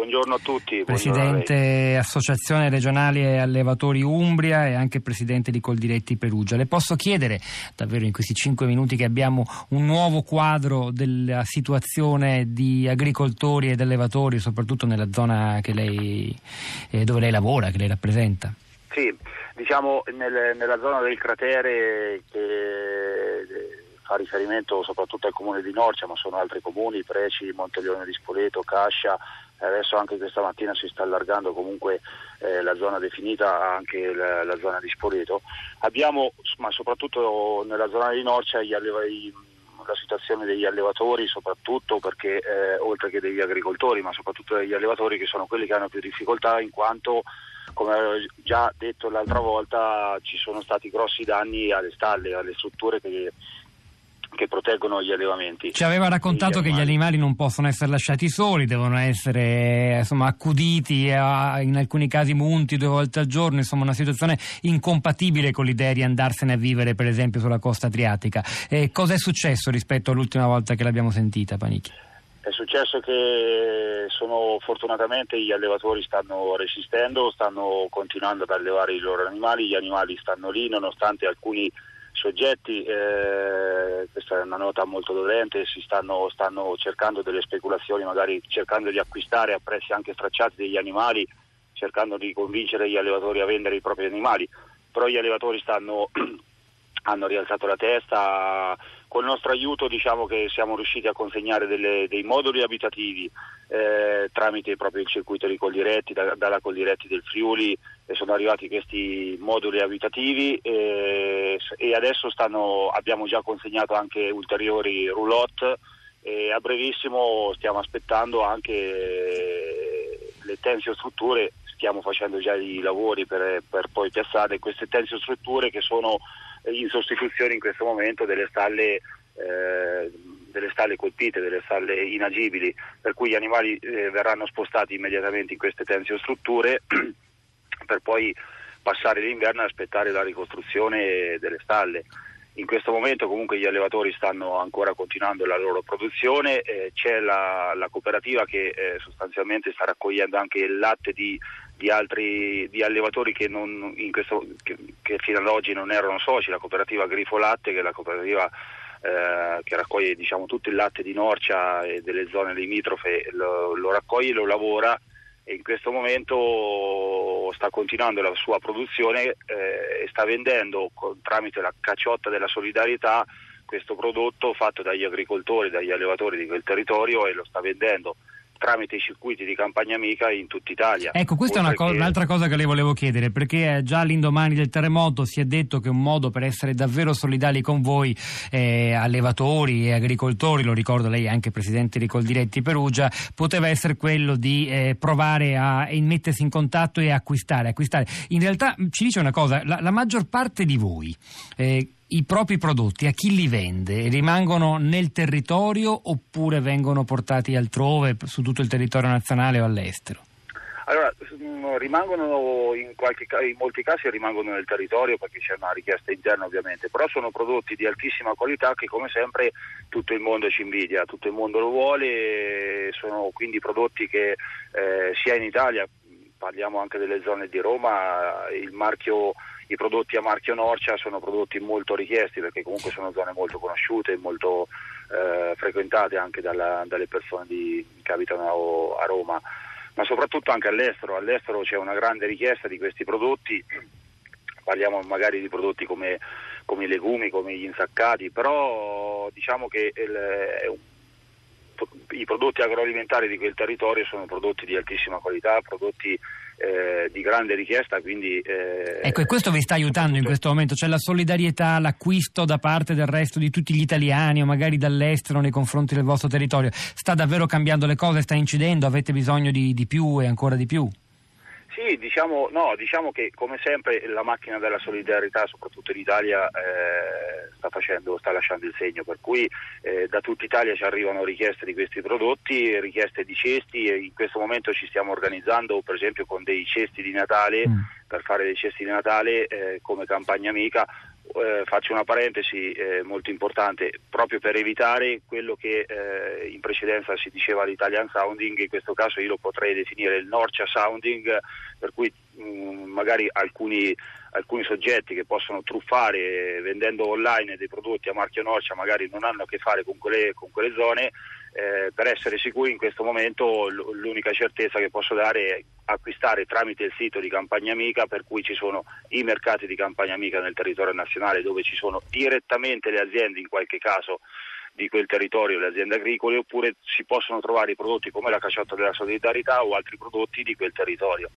Buongiorno a tutti. Presidente Associazione Regionale Allevatori Umbria e anche Presidente di Coldiretti Perugia. Le posso chiedere, davvero in questi 5 minuti che abbiamo, un nuovo quadro della situazione di agricoltori ed allevatori, soprattutto nella zona che lei, dove lei lavora, che lei rappresenta? Sì, diciamo nella zona del cratere che fa riferimento soprattutto al comune di Norcia, ma sono altri comuni, Preci, Monteleone di Spoleto, Cascia, adesso anche questa mattina si sta allargando comunque la zona definita, anche la zona di Spoleto. Abbiamo, ma soprattutto nella zona di Norcia, la situazione degli allevatori, soprattutto perché oltre che degli agricoltori, ma soprattutto degli allevatori, che sono quelli che hanno più difficoltà, in quanto, come avevo già detto l'altra volta, ci sono stati grossi danni alle stalle, alle strutture che proteggono gli allevamenti. Ci aveva raccontato che gli animali non possono essere lasciati soli, devono essere accuditi, in alcuni casi munti 2 volte al giorno, insomma una situazione incompatibile con l'idea di andarsene a vivere per esempio sulla costa adriatica. Cosa è successo rispetto all'ultima volta che l'abbiamo sentita, Panichi? È successo che fortunatamente gli allevatori stanno resistendo, stanno continuando ad allevare i loro animali, gli animali stanno lì nonostante alcuni soggetti, questa è una nota molto dolente, stanno cercando delle speculazioni, magari cercando di acquistare a prezzi anche stracciati degli animali, cercando di convincere gli allevatori a vendere i propri animali, però gli allevatori hanno rialzato la testa. Col nostro aiuto diciamo che siamo riusciti a consegnare dei moduli abitativi tramite proprio il circuito di Coldiretti, dalla Coldiretti del Friuli, e sono arrivati questi moduli abitativi e adesso abbiamo già consegnato anche ulteriori roulotte e a brevissimo stiamo aspettando anche le tensiostrutture. Stiamo facendo già i lavori per poi piazzare queste tensiostrutture, che sono in sostituzione in questo momento delle stalle colpite, delle stalle inagibili, per cui gli animali verranno spostati immediatamente in queste tensiostrutture per poi passare l'inverno e aspettare la ricostruzione delle stalle. In questo momento comunque gli allevatori stanno ancora continuando la loro produzione, c'è la cooperativa che sostanzialmente sta raccogliendo anche il latte di allevatori che fino ad oggi non erano soci, la cooperativa Grifo Latte, che è la cooperativa che raccoglie tutto il latte di Norcia e delle zone limitrofe, lo raccoglie, lo lavora e in questo momento sta continuando la sua produzione e sta vendendo tramite la cacciotta della solidarietà questo prodotto fatto dagli agricoltori, dagli allevatori di quel territorio, e lo sta vendendo tramite i circuiti di Campagna Amica in tutta Italia. Ecco, questa è un'altra cosa che le volevo chiedere, perché già all'indomani del terremoto si è detto che un modo per essere davvero solidali con voi, allevatori e agricoltori, lo ricordo, lei è anche presidente di Coldiretti Perugia, poteva essere quello di provare a mettersi in contatto e acquistare. In realtà ci dice una cosa, la maggior parte di voi i propri prodotti a chi li vende? Rimangono nel territorio oppure vengono portati altrove, su tutto il territorio nazionale o all'estero? Allora, rimangono in molti casi rimangono nel territorio perché c'è una richiesta interna ovviamente, però sono prodotti di altissima qualità che come sempre tutto il mondo ci invidia, tutto il mondo lo vuole, sono quindi prodotti che sia in Italia, parliamo anche delle zone di Roma, i prodotti a marchio Norcia sono prodotti molto richiesti perché comunque sono zone molto conosciute, molto frequentate anche dalle persone che abitano a Roma, ma soprattutto anche all'estero. All'estero c'è una grande richiesta di questi prodotti, parliamo magari di prodotti come i legumi, come gli insaccati, però diciamo che i prodotti agroalimentari di quel territorio sono prodotti di altissima qualità, prodotti di grande richiesta, quindi ecco, e questo vi sta aiutando in questo momento? C'è la solidarietà, l'acquisto da parte del resto di tutti gli italiani o magari dall'estero nei confronti del vostro territorio? Sta davvero cambiando le cose? Sta incidendo? Avete bisogno di più e ancora di più? Sì, diciamo che come sempre la macchina della solidarietà, soprattutto in Italia, sta lasciando il segno, per cui da tutta Italia ci arrivano richieste di questi prodotti, richieste di cesti, e in questo momento ci stiamo organizzando per esempio con dei cesti di Natale, per fare dei cesti di Natale come Campagna Amica, faccio una parentesi molto importante, proprio per evitare quello che in precedenza si diceva l'Italian sounding. In questo caso io lo potrei definire il Norcia sounding, per cui magari alcuni soggetti che possono truffare vendendo online dei prodotti a marchio Norcia magari non hanno a che fare con quelle zone. Per essere sicuri in questo momento l'unica certezza che posso dare è acquistare tramite il sito di Campagna Amica, per cui ci sono i mercati di Campagna Amica nel territorio nazionale, dove ci sono direttamente le aziende, in qualche caso di quel territorio, le aziende agricole, oppure si possono trovare i prodotti come la caciotta della solidarietà o altri prodotti di quel territorio.